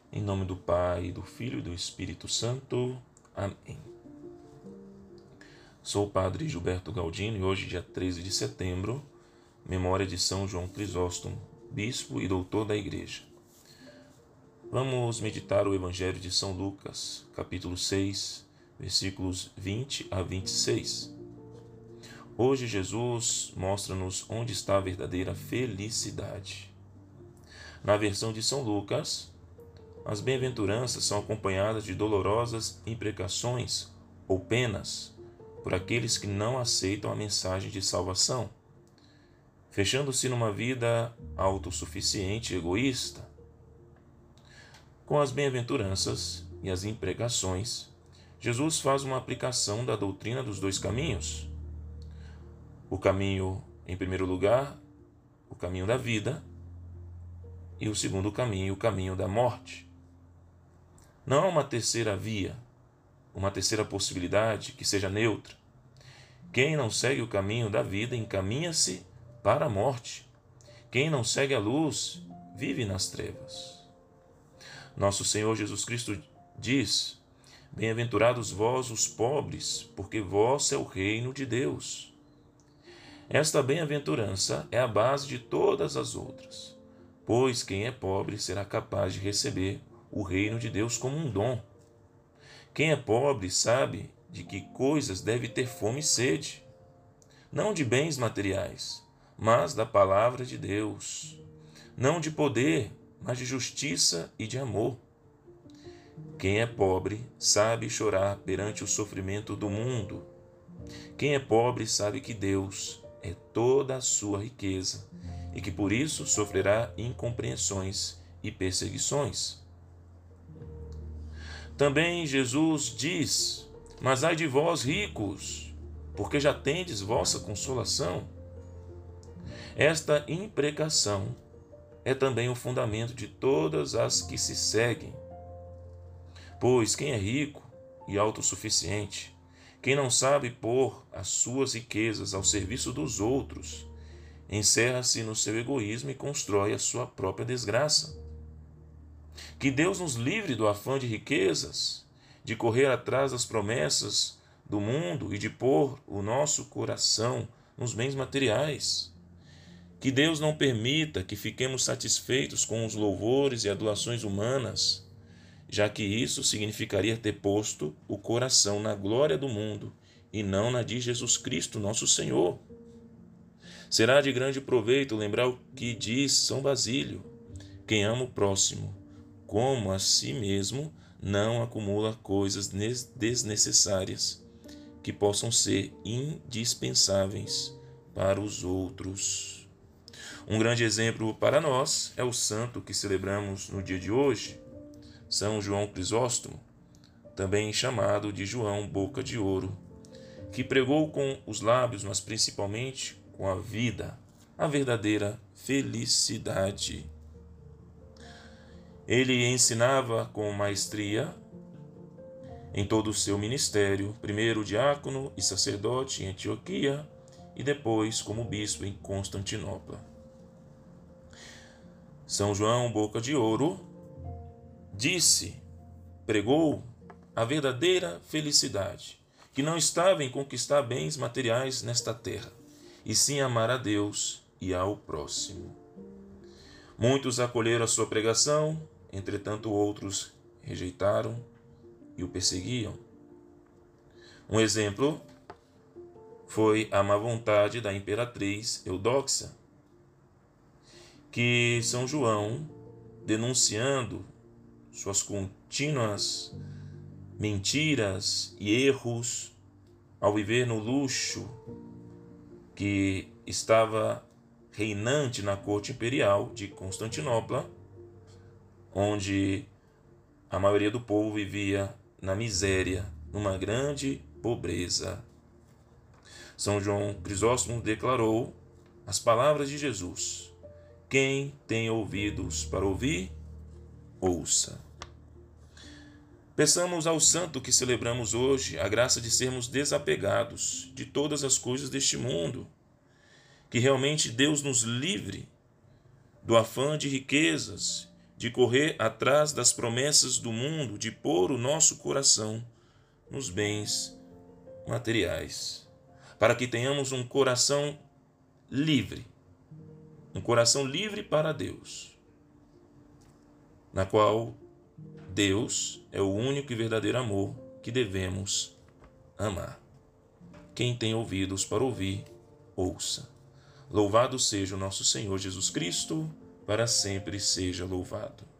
Em nome do Pai, do Filho e do Espírito Santo. Amém. Sou o Padre Gilberto Galdino e hoje, dia 13 de setembro, memória de São João Crisóstomo, bispo e doutor da Igreja. Vamos meditar o Evangelho de São Lucas, capítulo 6, versículos 20 a 26. Hoje Jesus mostra-nos onde está a verdadeira felicidade. Na versão de São Lucas, as bem-aventuranças são acompanhadas de dolorosas imprecações ou penas por aqueles que não aceitam a mensagem de salvação, fechando-se numa vida autossuficiente e egoísta. Com as bem-aventuranças e as imprecações, Jesus faz uma aplicação da doutrina dos dois caminhos. O caminho, em primeiro lugar, o caminho da vida, e o segundo caminho, o caminho da morte. Não há uma terceira via, uma terceira possibilidade que seja neutra. Quem não segue o caminho da vida encaminha-se para a morte. Quem não segue a luz vive nas trevas. Nosso Senhor Jesus Cristo diz: Bem-aventurados vós os pobres, porque vosso é o reino de Deus. Esta bem-aventurança é a base de todas as outras, pois quem é pobre será capaz de receber o reino de Deus como um dom. Quem é pobre sabe de que coisas deve ter fome e sede, não de bens materiais, mas da palavra de Deus, não de poder, mas de justiça e de amor. Quem é pobre sabe chorar perante o sofrimento do mundo. Quem é pobre sabe que Deus é toda a sua riqueza e que por isso sofrerá incompreensões e perseguições. Também Jesus diz: Mas ai de vós, ricos, porque já tendes vossa consolação. Esta imprecação é também o fundamento de todas as que se seguem. Pois quem é rico e autossuficiente, quem não sabe pôr as suas riquezas ao serviço dos outros, encerra-se no seu egoísmo e constrói a sua própria desgraça. Que Deus nos livre do afã de riquezas, de correr atrás das promessas do mundo e de pôr o nosso coração nos bens materiais. Que Deus não permita que fiquemos satisfeitos com os louvores e adulações humanas, já que isso significaria ter posto o coração na glória do mundo e não na de Jesus Cristo, nosso Senhor. Será de grande proveito lembrar o que diz São Basílio: quem ama o próximo como a si mesmo não acumula coisas desnecessárias que possam ser indispensáveis para os outros. Um grande exemplo para nós é o santo que celebramos no dia de hoje, São João Crisóstomo, também chamado de João Boca de Ouro, que pregou com os lábios, mas principalmente com a vida, a verdadeira felicidade. Ele ensinava com maestria em todo o seu ministério, primeiro diácono e sacerdote em Antioquia e depois como bispo em Constantinopla. São João Boca de Ouro pregou a verdadeira felicidade, que não estava em conquistar bens materiais nesta terra, e sim amar a Deus e ao próximo. Muitos acolheram a sua pregação, entretanto outros rejeitaram e o perseguiam. Um exemplo foi a má vontade da imperatriz Eudóxia, que São João, denunciando suas contínuas mentiras e erros ao viver no luxo que estava reinante na corte imperial de Constantinopla, onde a maioria do povo vivia na miséria, numa grande pobreza. São João Crisóstomo declarou as palavras de Jesus: quem tem ouvidos para ouvir, ouça. Peçamos ao santo que celebramos hoje a graça de sermos desapegados de todas as coisas deste mundo, que realmente Deus nos livre do afã de riquezas, de correr atrás das promessas do mundo, de pôr o nosso coração nos bens materiais, para que tenhamos um coração livre para Deus, na qual Deus é o único e verdadeiro amor que devemos amar. Quem tem ouvidos para ouvir, ouça. Louvado seja o nosso Senhor Jesus Cristo, para sempre seja louvado.